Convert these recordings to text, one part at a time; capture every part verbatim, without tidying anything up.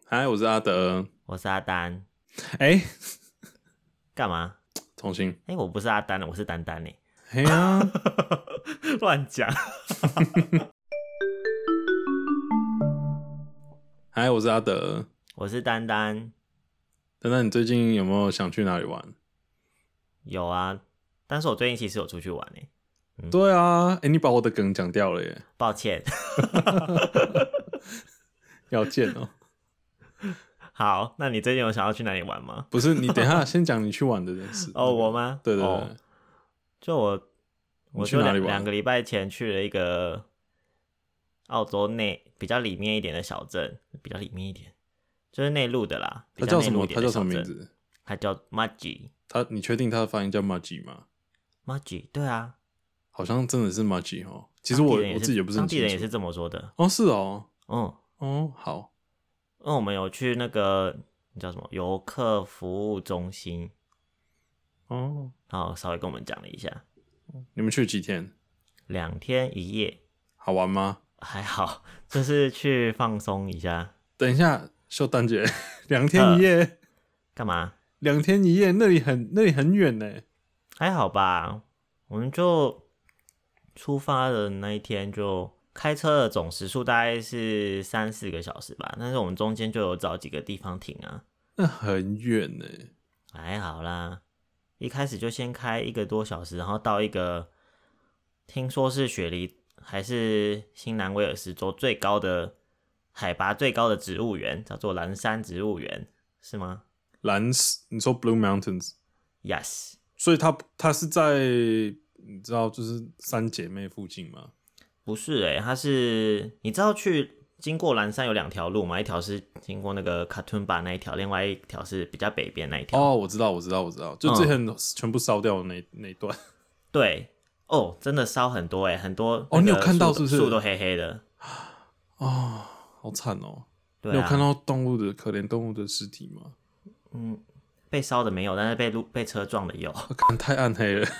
嗨，我是阿德， 我是阿丹。 哎、欸， 干嘛？ 重新。 哎、欸，我不是阿丹了，我是丹丹呢。 嘿啊， 乱讲。 嗨，我是阿德， 我是丹丹。 丹丹，你最近有没有想去哪里玩？ 有啊，但是我最近其实有出去玩呢。 嗯、对啊，哎、欸，你把我的梗讲掉了耶， 抱歉。 要见哦。 好，那你最近有想要去哪里玩吗？ 不是，你等一下先讲你去玩的件事。 哦，我吗？ 对对对， 哦、就我，我就两两个礼拜前去了一个澳洲内比较里面一点的小镇，比较里面一点，就是内陆的啦。 它叫什么？它叫什么名字？ 它叫 Mudgee。 它，你确定它的发音叫 Mudgee 吗 ？Mudgee， 对啊， 好像真的是 Mudgee 哦。其实我我自己也不是很清楚， 当地人也是这么说的。 哦，是哦， 嗯， 哦，好。 因为我们有去那个叫什么游客服务中心哦， 然后稍微跟我们讲了一下。 你们去几天？ 两天一夜。 好玩吗？ 还好，就是去放松一下。 等一下，秀丹姐，两天一夜干、呃、嘛？ 两天一夜，那里很那里很远呢。 还好吧，我们就出发的那一天就开车的总时速大概是三四个小时吧，但是我们中间就有找几个地方停啊。 那很远呢。 还好啦，一开始就先开一个多小时，然后到一个听说是雪梨还是新南威尔士州最高的海拔最高的植物园，叫做蓝山植物园，是吗？ 蓝，你说 Blue Mountains？ Yes。 所以它它是在你知道就是三姐妹附近吗？ 不是诶、欸，它是你知道去经过蓝山有两条路吗？一条是经过那个 Katoomba 那一条，另外一条是比较北边那一条。 哦，我知道，我知道，我知道，就之前全部烧掉的那、嗯、那一段。 对，哦，真的烧很多诶、欸，很多哦，你有看到是不是？ 树都黑黑的。 哦，好惨哦。 对啊， 你有看到动物的可怜动物的尸体吗？ 嗯，被烧的没有，但是被路被车撞的有。 看太暗黑了。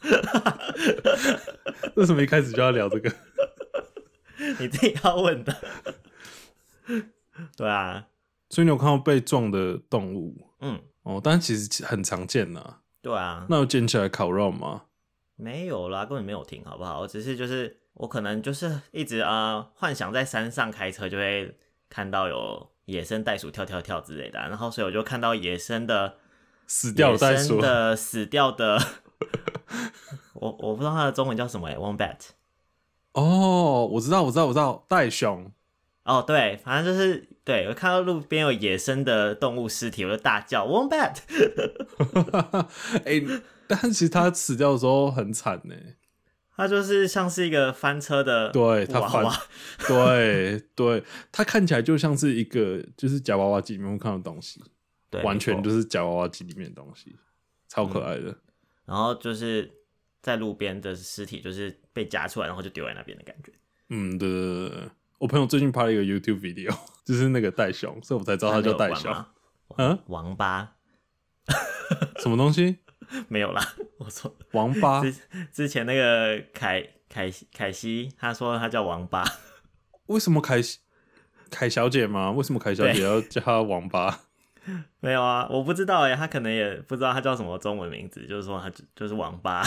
为什么一开始就要聊这个？ 你自己要问的。对啊， 所以你有看到被撞的动物？ 嗯， 哦，但其实很常见呐。 对啊， 那有捡起来烤肉吗？ 没有啦，根本没有停，好不好？我只是就是我可能就是一直啊、呃、幻想在山上开车就会看到有野生袋鼠跳跳跳之类的、啊，然后所以我就看到野生的死掉的袋鼠， 野生的死掉的，我我不知道它的中文叫什么诶、欸、，wombat。 哦，我知道，我知道，我知道，袋熊。 哦，对，反正就是对我看到路边有野生的动物尸体，我就大叫 wombat。 哎、欸，但其实它死掉的时候很惨呢。 它就是像是一个翻车的对，它翻，对对，它看起来就像是一个就是夹娃娃机里面会看到的东西，对，完全就是夹娃娃机里面的东西，超可爱的。嗯、 然后就是在路边的尸体就是被夹出来，然后就丢在那边的感觉。 嗯，对对对对，我朋友最近拍了一个 YouTube video， 就是那个袋熊，所以我才知道它叫袋熊。 嗯，王八， 什么东西？ 没有啦，我说王八。 之之前那个凯凯凯西，他说他叫王八。 为什么凯凯小姐吗？为什么凯小姐要叫他王八？ 没有啊，我不知道哎，他可能也不知道他叫什么中文名字，就是说他就是王八。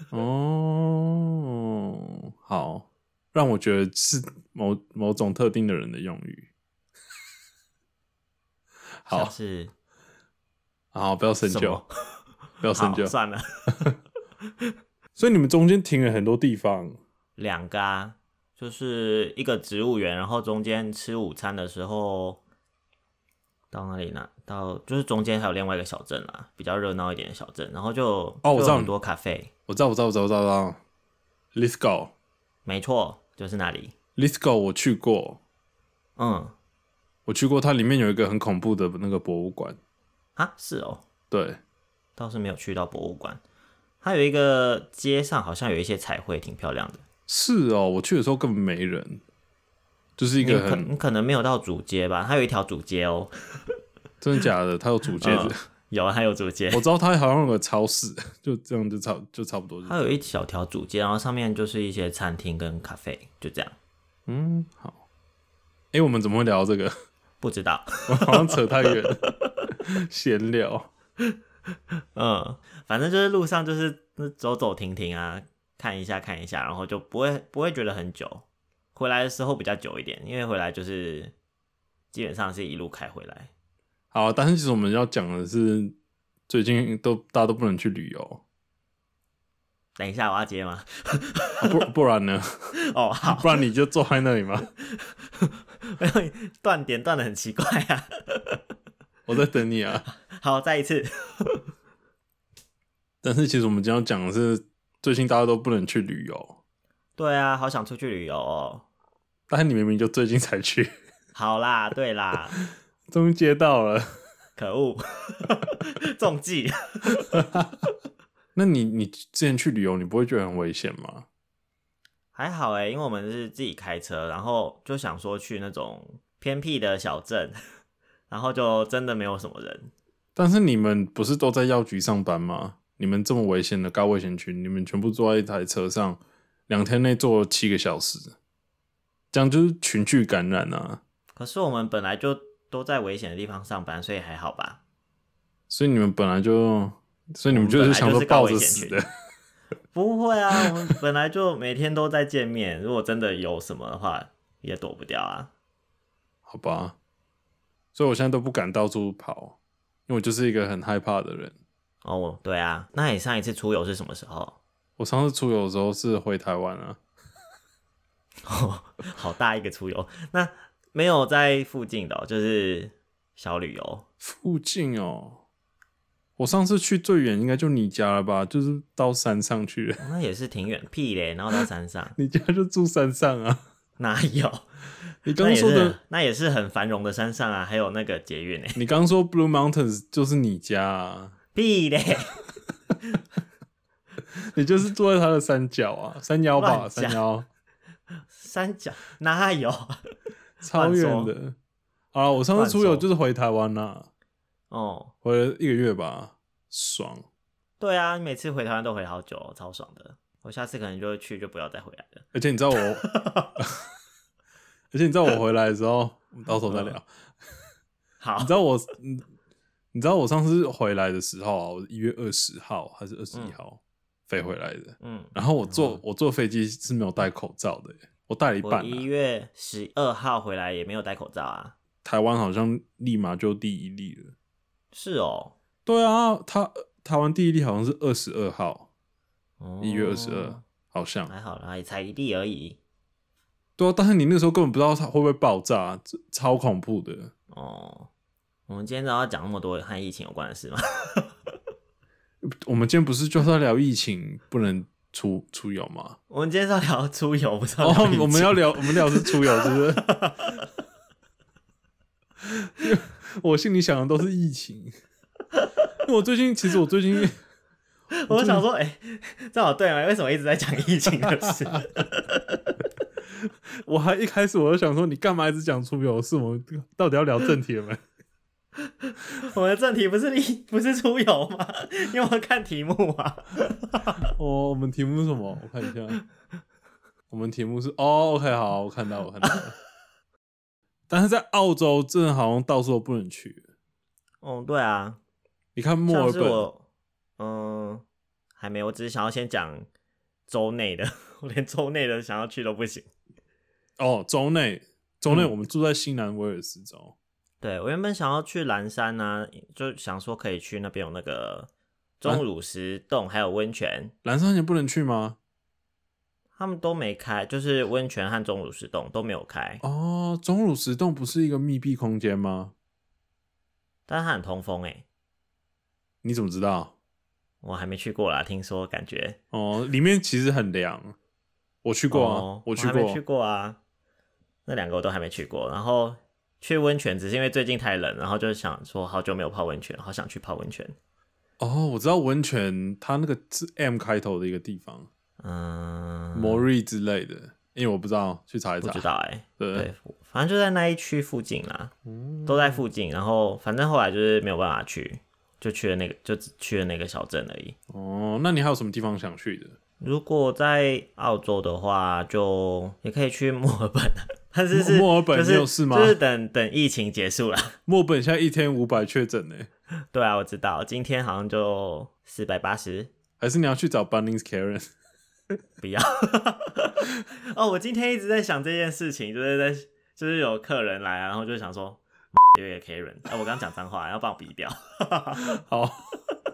哦，好，让我觉得是某某种特定的人的用语。好， 是， 好，不要深究，不要深究， 算了。 所以你们中间停了很多地方， 两个啊，就是一个植物园，然后中间吃午餐的时候到哪里呢？到就是中间还有另外一个小镇啦，比较热闹一点的小镇，然后就哦，我知道很多咖啡， 我知道，我知道，我知道，我知道 ，Lithgow， 没错，就是那里。 Lithgow 我去过， 嗯， 我去过，它里面有一个很恐怖的那个博物馆啊，是哦， 对， 倒是没有去到博物馆。它有一个街上好像有一些彩绘，挺漂亮的。 是哦，我去的时候根本没人，就是一个很你, 可你可能没有到主街吧？它有一条主街哦。 真的假的？它有主街子、 嗯？有，它有主街。 我知道它好像有个超市，就这样就差就差不多。 它有一小条主街，然后上面就是一些餐厅跟咖啡，就这样。 嗯，好。哎、欸，我们怎么会聊到这个？ 不知道， 我好像扯太远了，闲聊。 嗯，反正就是路上就是走走停停啊，看一下看一下，然后就不会不会觉得很久。回来的时候比较久一点，因为回来就是基本上是一路开回来。 好，但是其实我们要讲的是，最近都大家都不能去旅游。 等一下，我要接吗？ 啊、不不然呢？ 哦，好， 不然你就坐在那里吗？ 断点断的很奇怪啊！ 我在等你啊。 好，再一次。 但是其实我们今天要讲的是，最近大家都不能去旅游。 对啊，好想出去旅游哦。 但是你明明就最近才去。 好啦，对啦， 终于接到了。 可恶，中计。 那你你之前去旅游，你不会觉得很危险吗？ 还好哎、欸，因为我们是自己开车，然后就想说去那种偏僻的小镇，然后就真的没有什么人。 但是你们不是都在药局上班吗？你们这么危险的高危险区，你们全部坐在一台车上，两天内坐七个小时，这样就是群聚感染啊。 可是我们本来就都在危险的地方上班，所以还好吧。 所以你们本来就，所以你们就是想说抱着死的。 不会啊，我们本来就每天都在见面，如果真的有什么的话，也躲不掉啊。 好吧，所以我现在都不敢到处跑，因为我就是一个很害怕的人。 哦，对啊，那你上一次出游是什么时候？ 我上次出游的时候是回台湾啊。 哦，好大一个出游，那没有在附近的、哦，就是小旅游。 附近哦。我上次去最远应该就你家了吧，就是到山上去了。 哦、那也是挺远，屁嘞，然后到山上。 你家就住山上啊？ 哪有？ 你刚刚说的那也是很繁荣的山上啊，还有那个捷运诶。 你刚刚说 Blue Mountains 就是你家啊？ 屁嘞！ 你就是坐在它的山脚啊，山腰吧，山腰。 山脚哪有？ 超远的。好啦，我上次出游就是回台湾啦。 哦， 回了一个月吧，爽。 对啊，你每次回台湾都回好久，超爽的。我下次可能就会去，就不要再回来了。 而且你知道我，而且你知道我回来的时候，我们到时候再聊。嗯、 好， 你知道我，你知道我上次回来的时候啊，我一月二十号还是二十一号、嗯、飞回来的。嗯，然后我坐、嗯、我坐飞机是没有戴口罩的，我戴了一半、啊。 我一月十二号回来也没有戴口罩啊。 台湾好像立马就第一例了。 是哦， 对啊，他台湾第一例好像是二十二号，一、哦、月二十二，好像还好啦，也才一例而已。 对啊，但是你那时候根本不知道它会不会爆炸，超恐怖的。 哦，我们今天都要讲那么多和疫情有关的事吗？ 我们今天不是就是要聊疫情不能出出游吗？ 我们今天是要聊出游，不是要聊疫情。 哦，我们要聊，我们聊的是出游，是不是？我心里想的都是疫情。我最近其实我最近， 我, 我想说，哎、欸，正好对吗？为什么一直在讲疫情的事？ 我还一开始我就想说，你干嘛一直讲出游的事？我们到底要聊正题了没？ 我们的正题不是不是出游吗？你有没有看题目啊？ 哦，我们题目是什么？我看一下。我们题目是哦 ，OK， 好，我看到，我看到了。但是在澳洲，真的好像到处都不能去。 哦，对啊， 你看墨尔本， 嗯、呃，还没，我只是想要先讲州内的，我连州内的想要去都不行。 哦，州内，州内，我们住在新南威尔士州。嗯、 对，我原本想要去蓝山啊，就想说可以去那边有那个钟乳石洞，还有温泉。 蓝山也不能去吗？ 他们都没开，就是温泉和钟乳石洞都没有开。 哦，钟乳石洞不是一个密闭空间吗？ 但是它很通风诶。 你怎么知道？ 我还没去过啦，听说感觉。 哦，里面其实很凉。我去过啊， 哦、 我去过。 我还没去过啊。那两个我都还没去过。然后去温泉只是因为最近太冷，然后就想说好久没有泡温泉，好想去泡温泉。 哦，我知道温泉，它那个是 M 开头的一个地方。嗯，摩瑞之类的，因为我不知道，去查一查。 不知道哎、欸， 对, 对，反正就在那一区附近啦、嗯，都在附近。然后反正后来就是没有办法去，就去了那个，就只去了那个小镇而已。 哦，那你还有什么地方想去的？ 如果在澳洲的话，就也可以去墨尔本啊。 但是是墨尔本就是你有事吗？ 就是等等疫情结束了。 墨尔本现在一天五百确诊呢。 对啊，我知道，今天好像就四百八十。 还是你要去找 Bunnings Karen？ 不要。哦，我今天一直在想这件事情，就是在就是有客人来啊，然后就想说有一个 Karen，啊，我刚讲脏话，要帮我逼掉。 好，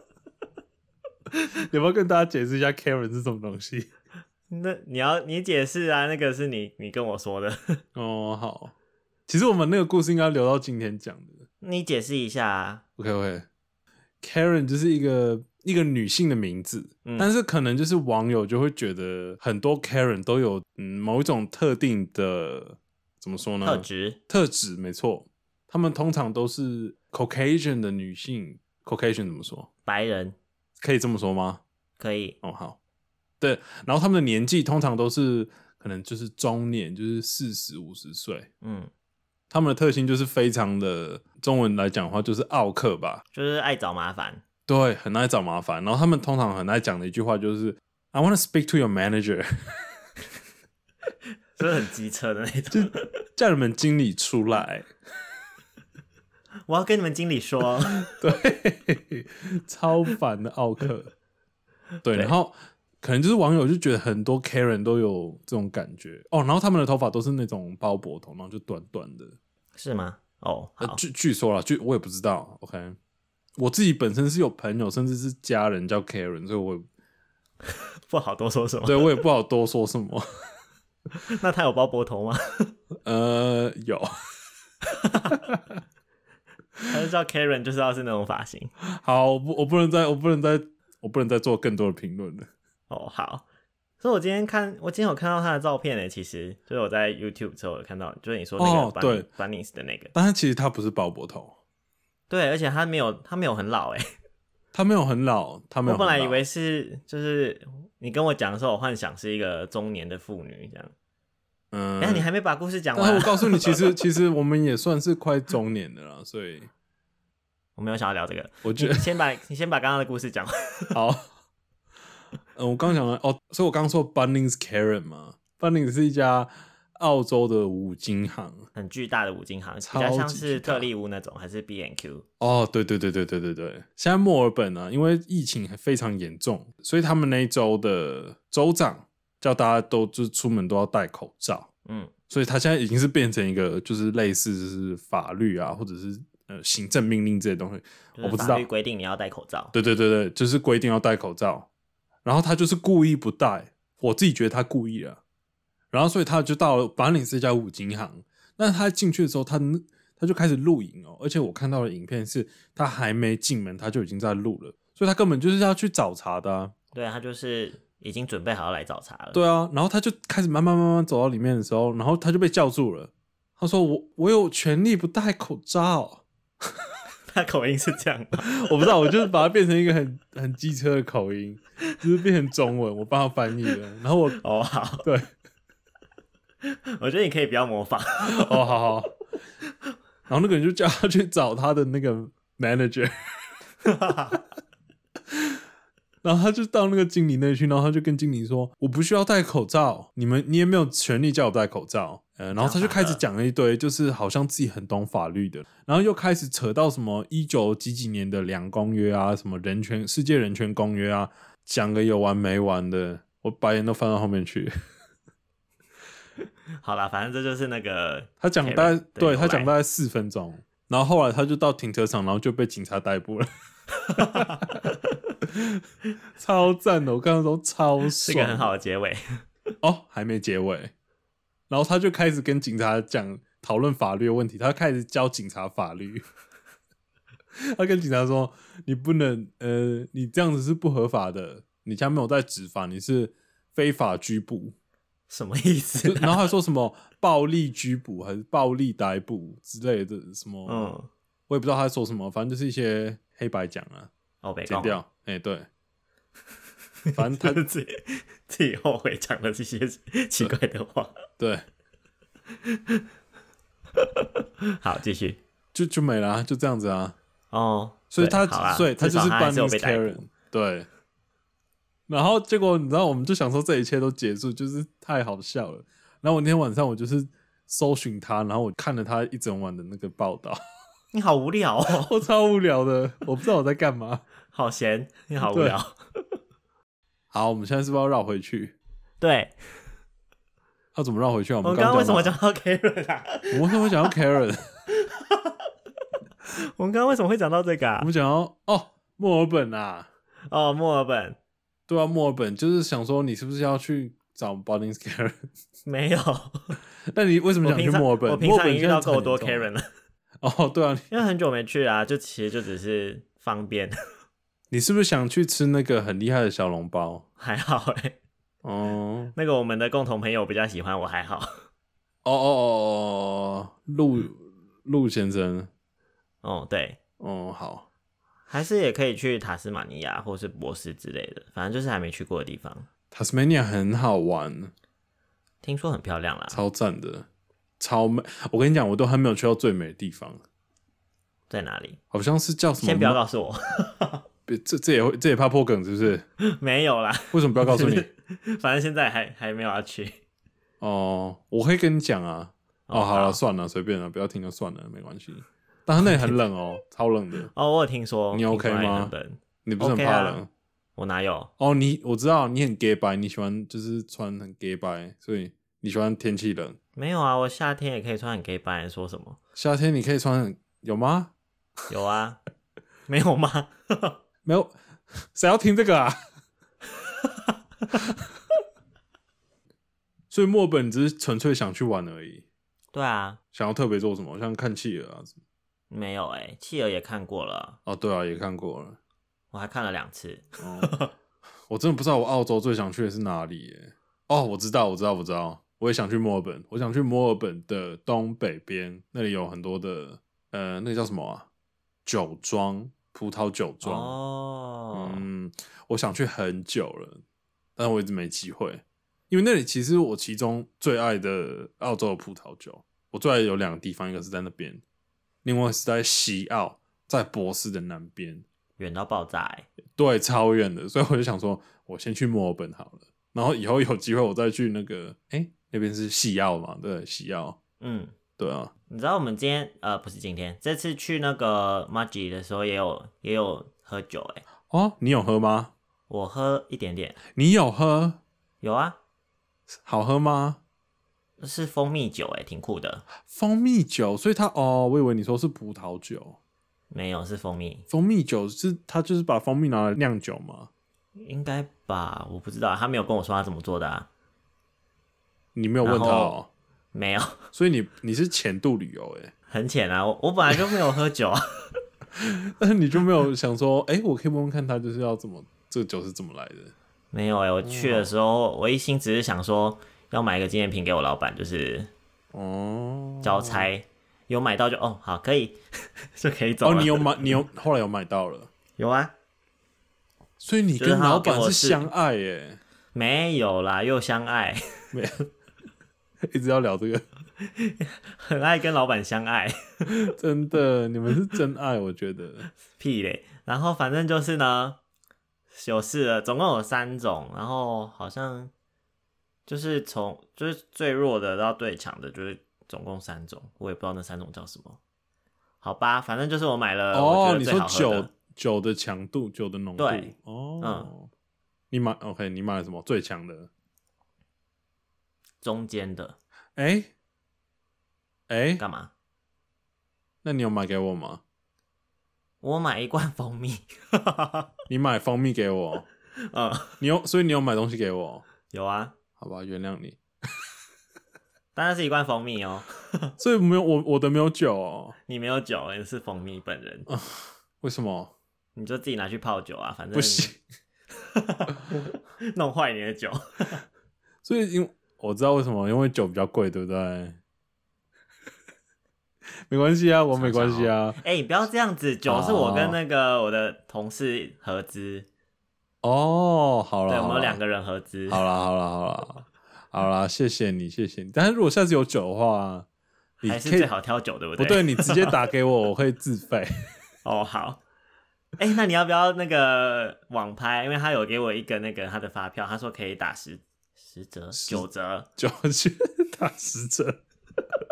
你要不要跟大家解释一下 Karen 是什么东西？ 那你要你解释啊，那个是你你跟我说的。 哦，好，其实我们那个故事应该留到今天讲的。 你解释一下啊。 OK OK，Karen 就是一个一个女性的名字，嗯，但是可能就是网友就会觉得很多 Karen 都有嗯某一种特定的怎么说呢？ 特质特质没错，他们通常都是 Caucasian 的女性。Caucasian 怎么说？ 白人可以这么说吗？ 可以。 哦，好。对，然后他们的年纪通常都是可能就是中年，就是四十五十岁。嗯，他们的特性就是非常的，中文来讲的话就是傲客吧， 就是爱找麻烦。 对，很爱找麻烦。然后他们通常很爱讲的一句话就是 I want to speak to your manager。 就是很机车的那种， 就叫你们经理出来。 我要跟你们经理说。 对，超烦的奥克。对，然后可能就是网友就觉得很多 Karen 都有这种感觉哦，然后他们的头发都是那种包脖头，然后就短短的。 是吗？哦，好， 呃、据据说啦，据我也不知道。OK， 我自己本身是有朋友，甚至是家人叫 Karen， 所以我也不好多说什么。 对，我也不好多说什么。 那他有包脖头吗？ 呃，有。 他就叫 Karen， 就知道是那种发型。 好，我不，我不能再，我不能再，我不能再做更多的评论了。 哦，好。所以我今天看，我今天有看到他的照片诶，其实就是我在 YouTube 之后有看到，就是你说那个 Bunny,、哦、Bunnings 的那个， 但是其实他不是包脖头。 对，而且他没有，他没有很老诶。 他没有很老，他没有很老。 我本来以为是，就是你跟我讲的时候，我幻想是一个中年的妇女这样。嗯，但你还没把故事讲完。 但我告诉你，其实其实我们也算是快中年的啦，所以我没有想要聊这个。 我觉得你先把你先把刚刚的故事讲完。 好。嗯，我刚讲了哦，所以我刚说 Bunnings Karen 嘛 ，Bunnings 是一家澳洲的五金行， 很巨大的五金行，比较像是特利屋那种，还是 B and Q？ 哦，对对对对对对对。现在墨尔本啊，因为疫情非常严重，所以他们那一州的州长叫大家都就是出门都要戴口罩。嗯，所以他现在已经是变成一个就是类似就是法律啊，或者是呃行政命令这些东西，我不知道。 法律规定你要戴口罩。 对对对对，就是规定要戴口罩。然后他就是故意不戴，我自己觉得他故意了。然后所以他就到了Bunnings这家五金行，但他进去的时候他，他就开始录影哦，而且我看到的影片是他还没进门他就已经在录了，所以他根本就是要去找茬的啊。 对，他就是已经准备好要来找茬了。 对啊，然后他就开始慢慢慢慢走到里面的时候，然后他就被叫住了。他说我我有权利不戴口罩。 他口音是这样吗？ 我不知道，我就是把它变成一个很很机车的口音，就是变成中文，我帮他翻译了。然后我哦好， 对， 我觉得你可以不要模仿。 哦好好。然后那个人就叫他去找他的那个 manager。然后他就到那个经理那里去，然后他就跟经理说：“我不需要戴口罩，你们你也没有权利叫我戴口罩。”呃，然后他就开始讲了一堆，就是好像自己很懂法律的，然后又开始扯到什么一九几几年的两公约啊，什么人权世界人权公约啊，讲个有完没完的，我白眼都翻到后面去。 好啦，反正这就是那个他讲大概对他讲大概四分钟，然后后来他就到停车场，然后就被警察逮捕了。超赞的，我刚刚说超爽， 是个很好的结尾。 哦，还没结尾。然后他就开始跟警察讲讨论法律的问题，他开始教警察法律。他跟警察说：“你不能，呃，你这样子是不合法的，你家没有在执法，你是非法拘捕。” 什么意思、啊？ 然后还说什么暴力拘捕还是暴力逮捕之类的什么，嗯，我也不知道他在说什么，反正就是一些黑白讲啊， 哦，被剪掉，哎、欸，对。反正他自己自己后悔讲了这些奇怪的话。 对， 好，继续， 就就没了、啊，就这样子啊。 哦， 所以他，所以他就是 Bunnings Karen， 对。然后结果你知道，我们就想说这一切都结束，就是太好笑了。然后我那天晚上我就是搜寻他，然后我看了他一整晚的那个报道。 你好无聊哦， 我超无聊的，我不知道我在干嘛。 好闲，你好无聊。 好，我们现在是不是要绕回去？ 对， 要怎么绕回去啊？我们刚刚刚为什么讲到 Karen 啊？ 我们为什么会讲到 Karen？ 我们刚刚为什么会讲到这个啊？ 我们讲到哦，墨尔本啊， 哦，墨尔本， 对啊，墨尔本就是想说，你是不是要去找 Bunnings Karen？ 没有。 那你为什么想去墨尔本？ 我平常已经遇到够多 Karen 了。 哦，对啊， 因为很久没去啦、啊，就其實就只是方便。 你是不是想去吃那个很厉害的小笼包？ 还好哎、欸， 哦， 那个我们的共同朋友比较喜欢，我还好。 哦哦哦，陆陆先生， 哦对， 哦好， 还是也可以去塔斯马尼亚或是博斯之类的，反正就是还没去过的地方。 塔斯马尼亚很好玩， 听说很漂亮啦， 超赞的。超美！我跟你讲，我都还没有去到最美的地方， 在哪里？ 好像是叫什么？ 先不要告诉我。 这这也会这也怕破梗是不是？ 没有啦。 为什么不要告诉你？ 反正现在还还没有要去。 哦，我可以跟你讲啊。哦，好了，算了，随便了，不要听就算了，没关系。但是那里很冷哦，超冷的。 哦，我有听说。 你 OK 吗？你不是很怕冷？ Okay 啊、我哪有？ 哦，你我知道你很 gay 白，你喜欢就是穿很 gay 白，所以你喜欢天气冷。 没有啊，我夏天也可以穿很 gay 白，说什么？ 夏天你可以穿很有吗？ 有啊，没有吗？ 没有，谁要听这个啊？所以墨尔本只是纯粹想去玩而已。 对啊， 想要特别做什么？像看企鹅啊？ 没有哎、欸，企鹅也看过了。 哦，对啊，也看过了， 我还看了两次。 哦。我真的不知道我澳洲最想去的是哪里耶。哦，我知道，我知道，我知道。我也想去墨尔本，我想去墨尔本的东北边，那里有很多的呃，那个叫什么啊？酒庄，葡萄酒庄。 哦， 嗯，我想去很久了，但是我一直没机会。因为那里其实我其中最爱的澳洲的葡萄酒，我最爱有两个地方，一个是在那边，另外是在西澳，在博斯的南边， 远到爆炸哎、欸！ 对，超远的，所以我就想说，我先去墨尔本好了，然后以后有机会我再去那个，哎、欸。那边是西澳嘛？对，西澳。 嗯， 对啊。 你知道我们今天呃，不是今天，这次去那个 Maggi 的时候也有也有喝酒哎、欸。 哦，你有喝吗？ 我喝一点点。 你有喝？ 有啊。 好喝吗？ 是蜂蜜酒哎、欸，挺酷的。 蜂蜜酒，所以它哦，我以为你说是葡萄酒。 没有，是蜂蜜。 蜂蜜酒是它就是把蜂蜜拿来酿酒吗？ 应该吧，我不知道，他没有跟我说他怎么做的啊。 你没有问他哦？ 没有， 所以你你是浅度旅游哎， 很浅啊，我我本来就没有喝酒啊， 但是你就没有想说，哎、欸，我可以问问看他就是要怎么这个酒是怎么来的？ 没有哎、欸，我去的时候，我一心只是想说要买一个纪念品给我老板，就是哦交差，有买到就哦好可以就可以走了。 哦，你有买，你有后来有买到了？ 有啊， 所以你跟老板是相爱耶？ 没有啦，又相爱， 没有。一直要聊这个， 很爱跟老板相爱， 真的，你们是真爱，我觉得。 屁嘞！然后反正就是呢，有试了，总共有三种，然后好像就是从就是最弱的到最强的，就是总共三种，我也不知道那三种叫什么。好吧，反正就是我买了我觉得最好喝的。 哦，你说酒酒的强度，酒的浓度。 对， 哦， 嗯， 你买 OK， 你买了什么最强的？ 中间的， 哎、欸、哎， 干、欸、嘛？ 那你有买给我吗？ 我买一罐蜂蜜， 你买蜂蜜给我， 嗯， 你有，所以你有买东西给我？ 有啊， 好吧，原谅你。 当然是一罐蜂蜜哦， 所以没有我我的没有酒哦， 你没有酒，你是蜂蜜本人、 呃，为什么？ 你就自己拿去泡酒啊，反正不行， 弄坏你的酒。 所以因为我知道为什么，因为酒比较贵，对不对？没关系啊，我没关系啊。 哎、欸，你不要这样子，酒是我跟那个我的同事合资。 哦，好了， 对，我们有两个人合资。 好啦，好啦，好啦，好啦，谢谢你，谢谢你。但是如果下次有酒的话，你还是最好挑酒，对不对？ 不对，你直接打给我，我可以自费。 哦，好。哎、欸，那你要不要那个网拍？因为他有给我一个那个他的发票，他说可以打十十折、九折、 九折打十折。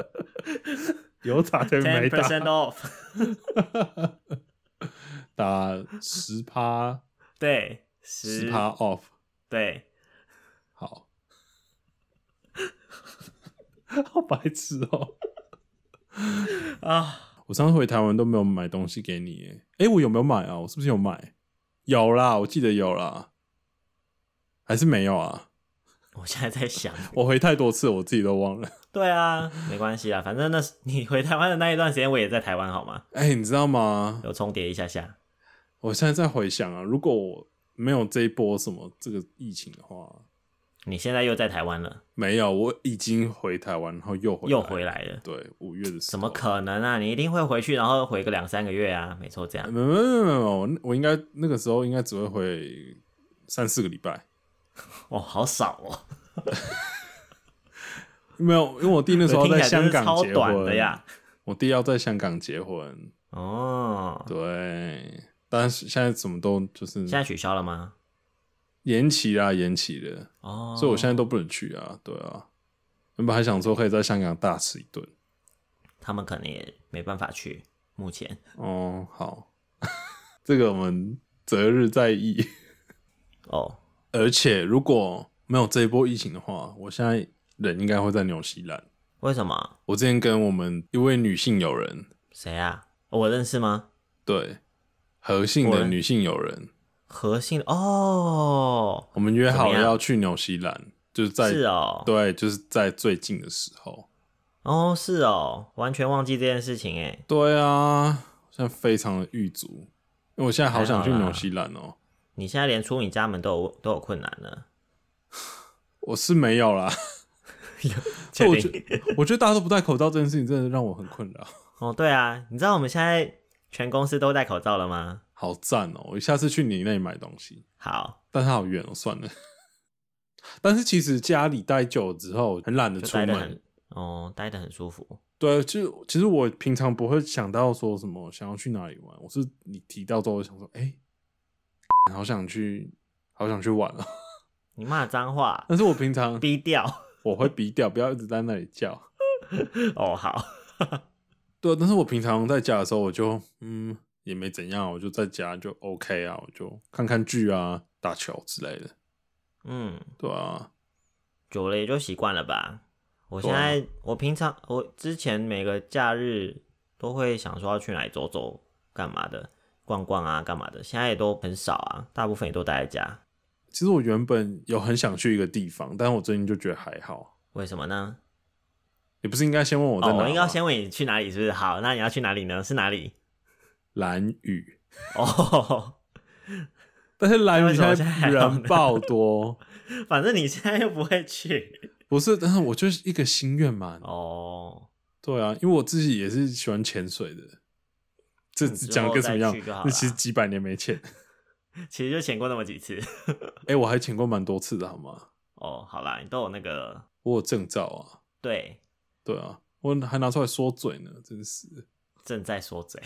有打等于没 ten percent 打， off， 打十趴， 对，十十趴 off， 对， 好，好白痴哦、 啊， 我上次回台湾都没有买东西给你耶，哎、欸，我有没有买啊？我是不是有买？有啦，我记得有啦，还是没有啊？ 我现在在想， 我回太多次，我自己都忘了。 对啊，没关系啦，反正那你回台湾的那一段时间，我也在台湾，好吗？ 哎、欸，你知道吗？ 有重叠一下下。 我现在在回想啊，如果我没有这一波什么这个疫情的话， 你现在又在台湾了？ 没有，我已经回台湾，然后又回来又回来了。 对，五月的时候。 怎么可能啊？你一定会回去，然后回个两三个月啊，没错，这样。 没有没有没有，我应该那个时候应该只会回三四个礼拜。 哦，好少哦。 没有，因为我弟那时候在香港结超短婚的呀。 我弟要在香港结婚。 哦。 对，但是现在什么都就是现在取消了吗？ 延期啦，延期了。 哦。 所以我现在都不能去啊。对啊，原本还想说可以在香港大吃一顿。 他们可能也没办法去，目前。 哦，好，这个我们择日再议。 哦。 而且如果没有这一波疫情的话，我现在人应该会在纽西兰。 为什么？ 我之前跟我们一位女性友人， 谁啊？我认识吗？ 对，何姓的女性友人， 何姓哦， 我们约好要去纽西兰，就是在是哦， 对，就是在最近的时候。 哦，是哦，完全忘记这件事情哎。 对啊，现在非常的郁卒，因为我现在好想去纽西兰哦。 你现在连出你家门都有都有困难了。 我是没有啦。我觉得我觉得大家都不戴口罩这件事情真的让我很困扰。 哦，对啊，你知道我们现在全公司都戴口罩了吗？ 好赞哦！我下次去你那里买东西。 好， 但它好远哦，算了。但是其实家里待久了之后，很懒得出门。 哦，待得很舒服。 对，就其实我平常不会想到说什么想要去哪里玩，我是你提到之后想说，哎、欸，好想去，好想去玩哦。 你骂脏话， 但是我平常逼掉， 我会逼掉，不要一直在那里叫。 哦，好。 对，但是我平常在家的时候，我就嗯也没怎样，我就在家就 OK 啊，我就看看剧啊，打球之类的。 嗯， 对啊， 久了也就习惯了吧。我现在、啊、我平常我之前每个假日都会想说要去哪里走走，干嘛的，逛逛啊，干嘛的。现在也都很少啊，大部分也都待在家。 其实我原本有很想去一个地方，但我最近就觉得还好。 为什么呢？ 你不是应该先问我在哪吗？ 哦，我应该先问你去哪里，是不是？好，那你要去哪里呢？是哪里？ 兰屿。 哦， 但是兰屿现在人爆多。 反正你现在又不会去。 不是，但是我就是一个心愿嘛。 哦， 对啊，因为我自己也是喜欢潜水的。这讲跟什么样？那其实几百年没潜。 其实就潜过那么几次。 哎、欸，我还潜过蛮多次的，好吗？ 哦，好啦，你都有那个， 我有证照啊。 对， 对啊，我还拿出来说嘴呢，真是。 正在说嘴。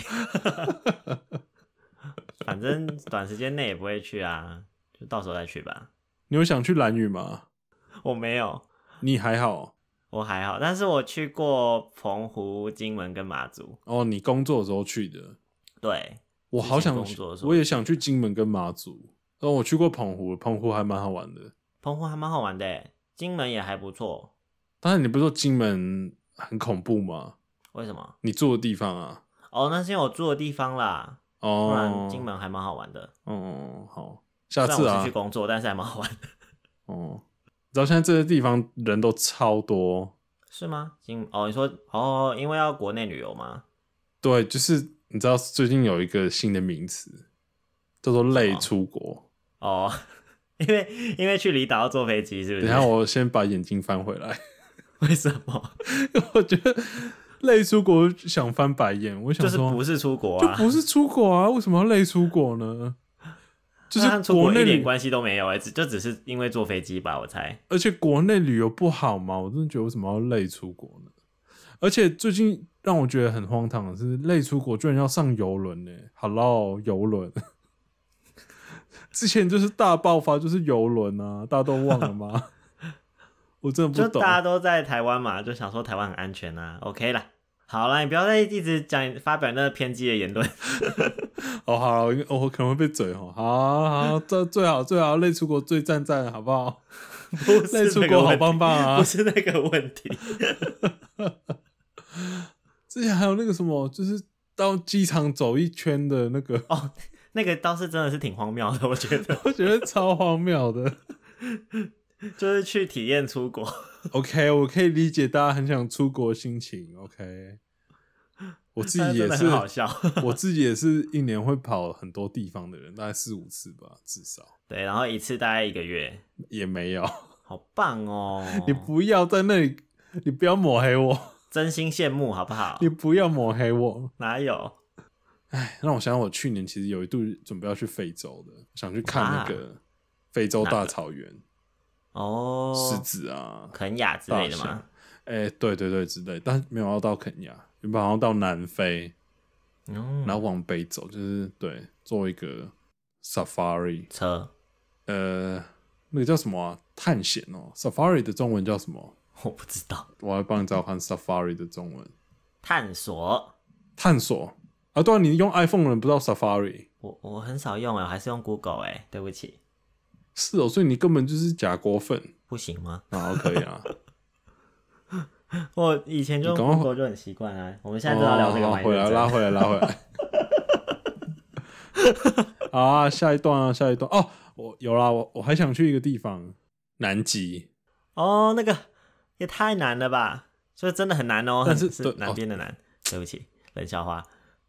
反正短时间内也不会去啊，就到时候再去吧。 你有想去兰屿吗？ 我没有。 你还好？ 我还好，但是我去过澎湖、金门跟马祖。 哦，你工作的时候去的？ 对。 我好想去，我也想去金门跟马祖。但我去过澎湖，澎湖还蛮好玩的。 澎湖还蛮好玩的耶，金门也还不错。 但是你不是说金门很恐怖吗？ 为什么？ 你住的地方啊？ 哦，那是因为我住的地方啦。 哦， 不然金门还蛮好玩的。 哦，好，下次啊。 虽然我是去工作，但是还蛮好玩的。 哦，你知道现在这些地方人都超多。 是吗？金哦，你说哦，因为要国内旅游吗？ 对，就是你知道最近有一个新的名词叫做类出国。 哦，因为因为去离岛要坐飞机，是不是？ 等一下我先把眼睛翻回来。 为什么？ 我觉得类出国想翻白眼，我想说就是不是出国啊， 就不是出国啊，为什么要类出国呢？就是出国一点关系都没有哎、欸，就只是因为坐飞机吧，我猜。而且国内旅游不好吗？我真的觉得为什么要类出国呢？而且最近让我觉得很荒唐的是，类出国居然要上邮轮呢 ！Hello， 邮轮。之前就是大爆发，就是邮轮啊，大家都忘了吗？我真的不懂。 就大家都在台湾嘛，就想说台湾很安全啊 ，OK 啦。 好啦，你不要再一直讲发表那个偏激的言论。 哦，好了，我可能会被嘴哦。好好，这最好最好，类出国最赞赞，好不好？ 不类出国好棒棒啊！ 不是那个问题。 之前还有那个什么，就是到机场走一圈的那个， 哦，那个倒是真的是挺荒谬的，我觉得， 我觉得超荒谬的。 就是去体验出国。 OK， 我可以理解大家很想出国的心情。OK， 我自己也是， 很好笑。 我自己也是一年会跑很多地方的人，大概四五次吧，至少。 对，然后一次大概一个月， 也没有。 好棒哦！ 你不要在那里，你不要抹黑我， 真心羡慕好不好？ 你不要抹黑我， 哪有？ 哎，让我想想，我去年其实有一度准备要去非洲的，想去看那个非洲大草原。 哦， 狮子啊， 肯亚之类的吗？ 哎、欸，对对对，之类，但是没有要到肯亚，原本好像到南非， 嗯， 然后往北走，就是对，做一个 safari 车， 呃，那个叫什么啊？探险哦 ，safari 的中文叫什么？ 我不知道， 我来帮你找看 safari 的中文。 探索， 探索啊，对啊，你用 iPhone 的人不知道 safari， 我我很少用哎，我还是用 Google 哎，对不起。 是哦，所以你根本就是假果粉， 不行吗？ 啊，可以啊。 我以前就用 Google 就很习惯啊。我们现在就要聊这个， 哦，回来拉回来拉回来。好啊，下一段啊，下一段哦，我有啦，我我还想去一个地方，南极。 哦，那个也太难了吧，所以真的很难哦。 但是是南边的难，哦、对不起，冷笑话。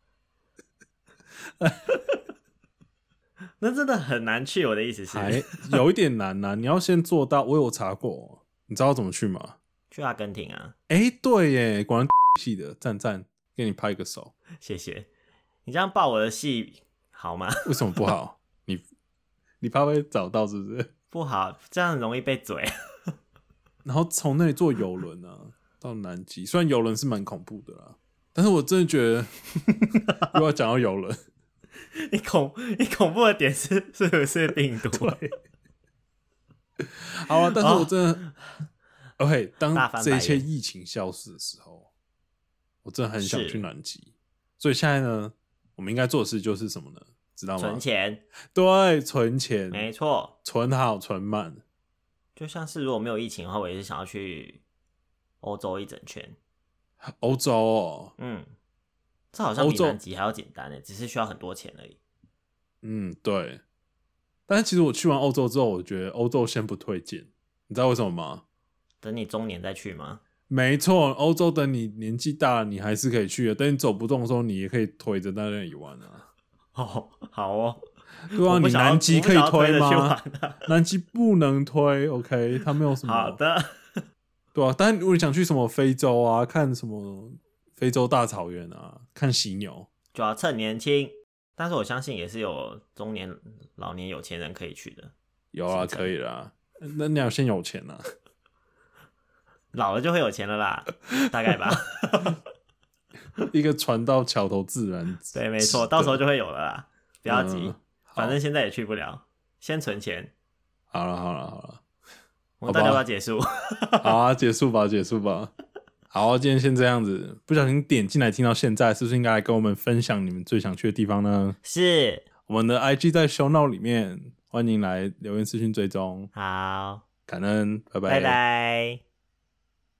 那真的很难去，我的意思是， 还有一点难啊，你要先做到。我有查过，你知道怎么去吗？ 去阿根廷啊？ 哎、欸，对耶，果然系的，赞赞，给你拍个手， 谢谢。你这样报我的戏好吗？ 为什么不好？你你怕被找到是不是？ 不好，这样容易被嘴。 然后从那里坐邮轮啊到南极，虽然邮轮是蛮恐怖的啦，但是我真的觉得，如果要讲到邮轮。 你恐你恐怖的点是是不是病毒？ 好了，但是我真的、哦、，OK， 当这一切疫情消失的时候，我真的很想去南极。所以现在呢，我们应该做的事就是什么呢？知道吗？ 存钱。 对，存钱， 没错， 存好存满。 就像是如果没有疫情的话，我也是想要去欧洲一整圈。 欧洲哦， 嗯。这好像比南极还要简单诶，只是需要很多钱而已。 嗯，对。但是其实我去完欧洲之后，我觉得欧洲先不推荐，你知道为什么吗？ 等你中年再去吗？ 没错，欧洲等你年纪大了，你还是可以去的。等你走不动的时候，你也可以推着在那里玩啊。 哦，好哦。 对啊，你南极可以推吗？ 啊、 南极不能推 ，OK， 它没有什么。 好的。 对啊，但如果你想去什么非洲啊，看什么。非洲大草原啊，看犀牛就要趁年轻，但是我相信也是有中年、老年有钱人可以去的。 有啊，可以啦。那你要先有钱啊， 老了就会有钱了啦，大概吧。 一个船到桥头自然直。 对，没错，到时候就会有了啦，不要急， 嗯、 反正现在也去不了，先存钱。 好了，好了，好了， 我们到底要不要结束？ 好啊，结束吧，结束吧。好，今天先这样子。不小心点进来听到现在，是不是应该来跟我们分享你们最想去的地方呢？ 是， 我们的 I G 在 show note 里面，欢迎来留言私讯追踪。 好， 感恩，拜拜， 拜拜。